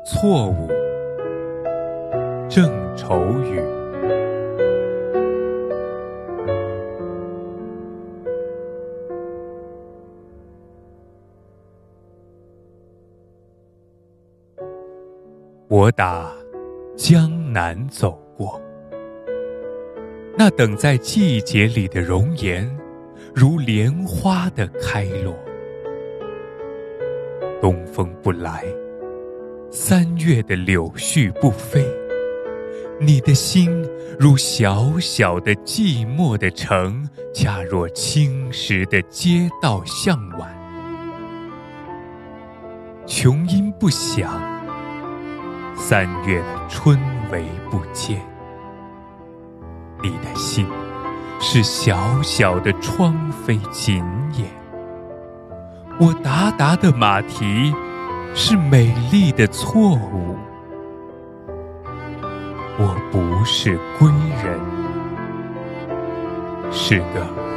错误，郑愁予。我打江南走过，那等在季节里的容颜，如莲花的开落。东风不来，3月的柳絮不飞，你的心如小小的寂寞的城，恰若青石的街道向晚。琼音不响，3月的春雷不见，你的心是小小的窗扉紧掩。我达达的马蹄是美丽的错误，我不是归人，是个